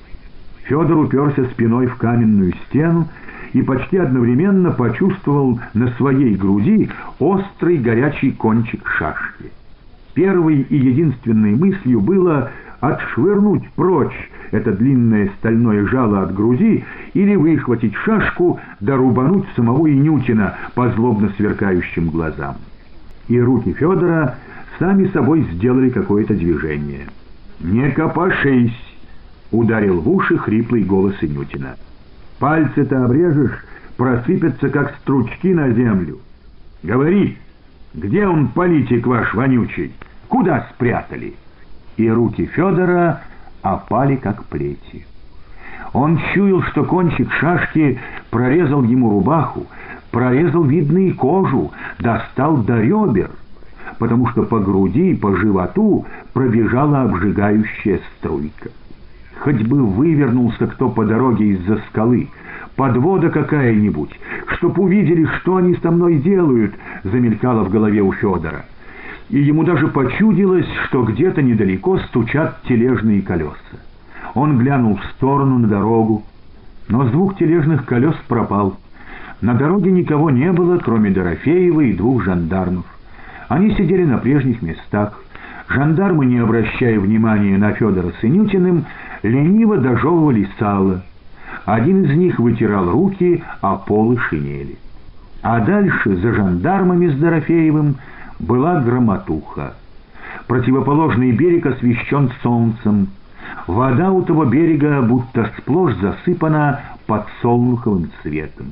Федор уперся спиной в каменную стену и почти одновременно почувствовал на своей груди острый горячий кончик шашки. Первой и единственной мыслью было отшвырнуть прочь это длинное стальное жало от груди или выхватить шашку да рубануть самого Инютина по злобно сверкающим глазам. И руки Федора сами собой сделали какое-то движение. «Не копошись!» — ударил в уши хриплый голос Инютина. «Пальцы-то обрежешь, просыпятся, как стручки на землю. Говори, где он, политик ваш вонючий? Куда спрятали?» И руки Федора опали, как плети. Он чуял, что кончик шашки прорезал ему рубаху, прорезал, видно, и кожу, достал до ребер, потому что по груди и по животу пробежала обжигающая струйка. Хоть бы вывернулся кто по дороге из-за скалы, подвода какая-нибудь, чтоб увидели, что они со мной делают, замелькало в голове у Федора. И ему даже почудилось, что где-то недалеко стучат тележные колеса. Он глянул в сторону на дорогу, но звук тележных колес пропал. На дороге никого не было, кроме Дорофеева и двух жандармов. Они сидели на прежних местах. Жандармы, не обращая внимания на Федора с Инютиным, лениво дожевывали сало. Один из них вытирал руки о полы шинели. А дальше, за жандармами с Дорофеевым, была громотуха. Противоположный берег освещен солнцем. Вода у того берега будто сплошь засыпана подсолнуховым цветом.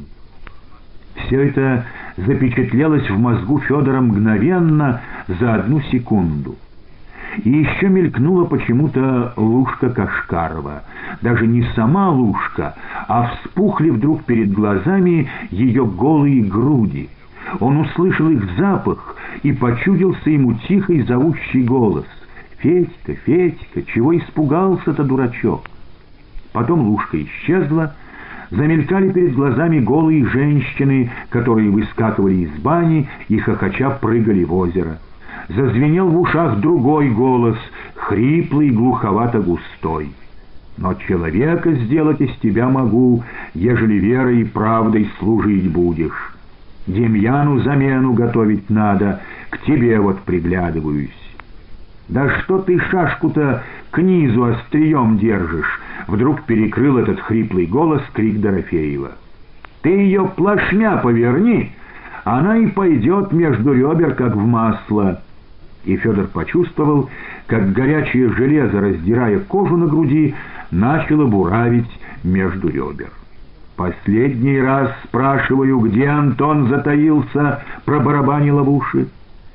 Все это запечатлелось в мозгу Федора мгновенно, за одну секунду. И еще мелькнула почему-то Лушка Кашкарова. Даже не сама Лушка, а вспухли вдруг перед глазами ее голые груди. Он услышал их запах, и почудился ему тихий зовущий голос: «Федька, Федька, чего испугался-то, дурачок?» Потом Лушка исчезла. Замелькали перед глазами голые женщины, которые выскакивали из бани и хохоча прыгали в озеро. Зазвенел в ушах другой голос, хриплый, глуховато-густой: «Но человека сделать из тебя могу, ежели верой и правдой служить будешь. Демьяну замену готовить надо, к тебе вот приглядываюсь». «Да что ты шашку-то к низу острием держишь?» Вдруг перекрыл этот хриплый голос крик Дорофеева. «Ты ее плашмя поверни, она и пойдет между ребер, как в масло». И Федор почувствовал, как горячее железо, раздирая кожу на груди, начало буравить между ребер. «Последний раз спрашиваю, где Антон затаился?» — пробарабанило в уши.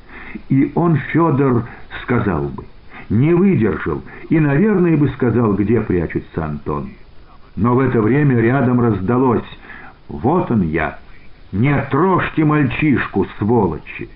И он, Федор, сказал бы, не выдержал, и, наверное, бы сказал, где прячется Антон. Но в это время рядом раздалось: «Вот он я! Не трожьте мальчишку, сволочи!»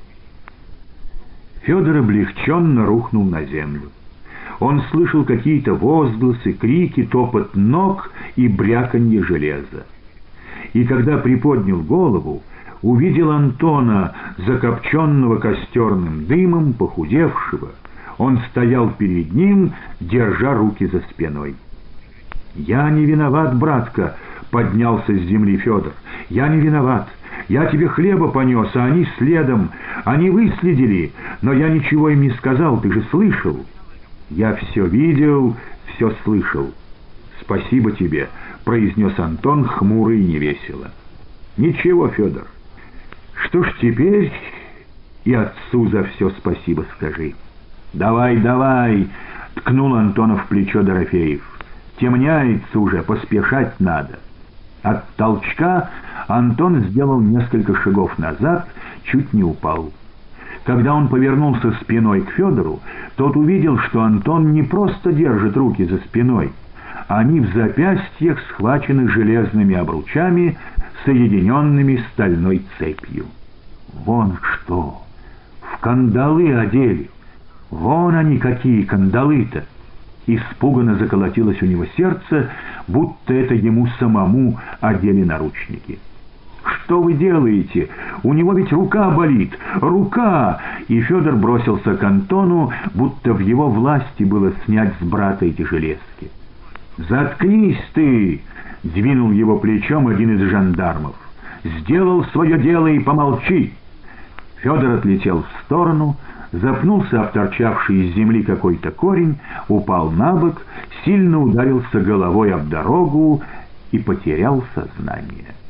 Федор облегченно рухнул на землю. Он слышал какие-то возгласы, крики, топот ног и бряканье железа. И когда приподнял голову, увидел Антона, закопченного костерным дымом, похудевшего. Он стоял перед ним, держа руки за спиной. «Я не виноват, братка», — поднялся с земли Федор. «Я не виноват. Я тебе хлеба понес, а они следом. Они выследили, но я ничего им не сказал, ты же слышал». «Я все видел, все слышал. Спасибо тебе», — произнес Антон хмуро и невесело. «Ничего, Федор. Что ж теперь и отцу за все спасибо скажи». «Давай, давай!» — ткнул Антона в плечо Дорофеев. «Темняется уже, поспешать надо». От толчка Антон сделал несколько шагов назад, чуть не упал. Когда он повернулся спиной к Федору, тот увидел, что Антон не просто держит руки за спиной. Они в запястьях схвачены железными обручами, соединенными стальной цепью. «Вон что! В кандалы одели! Вон они какие кандалы-то!» Испуганно заколотилось у него сердце, будто это ему самому одели наручники. «Что вы делаете? У него ведь рука болит! Рука!» И Федор бросился к Антону, будто в его власти было снять с брата эти железки. «Заткнись ты!» — двинул его плечом один из жандармов. «Сделал свое дело и помолчи!» Федор отлетел в сторону, запнулся об торчавший из земли какой-то корень, упал на бок, сильно ударился головой об дорогу и потерял сознание.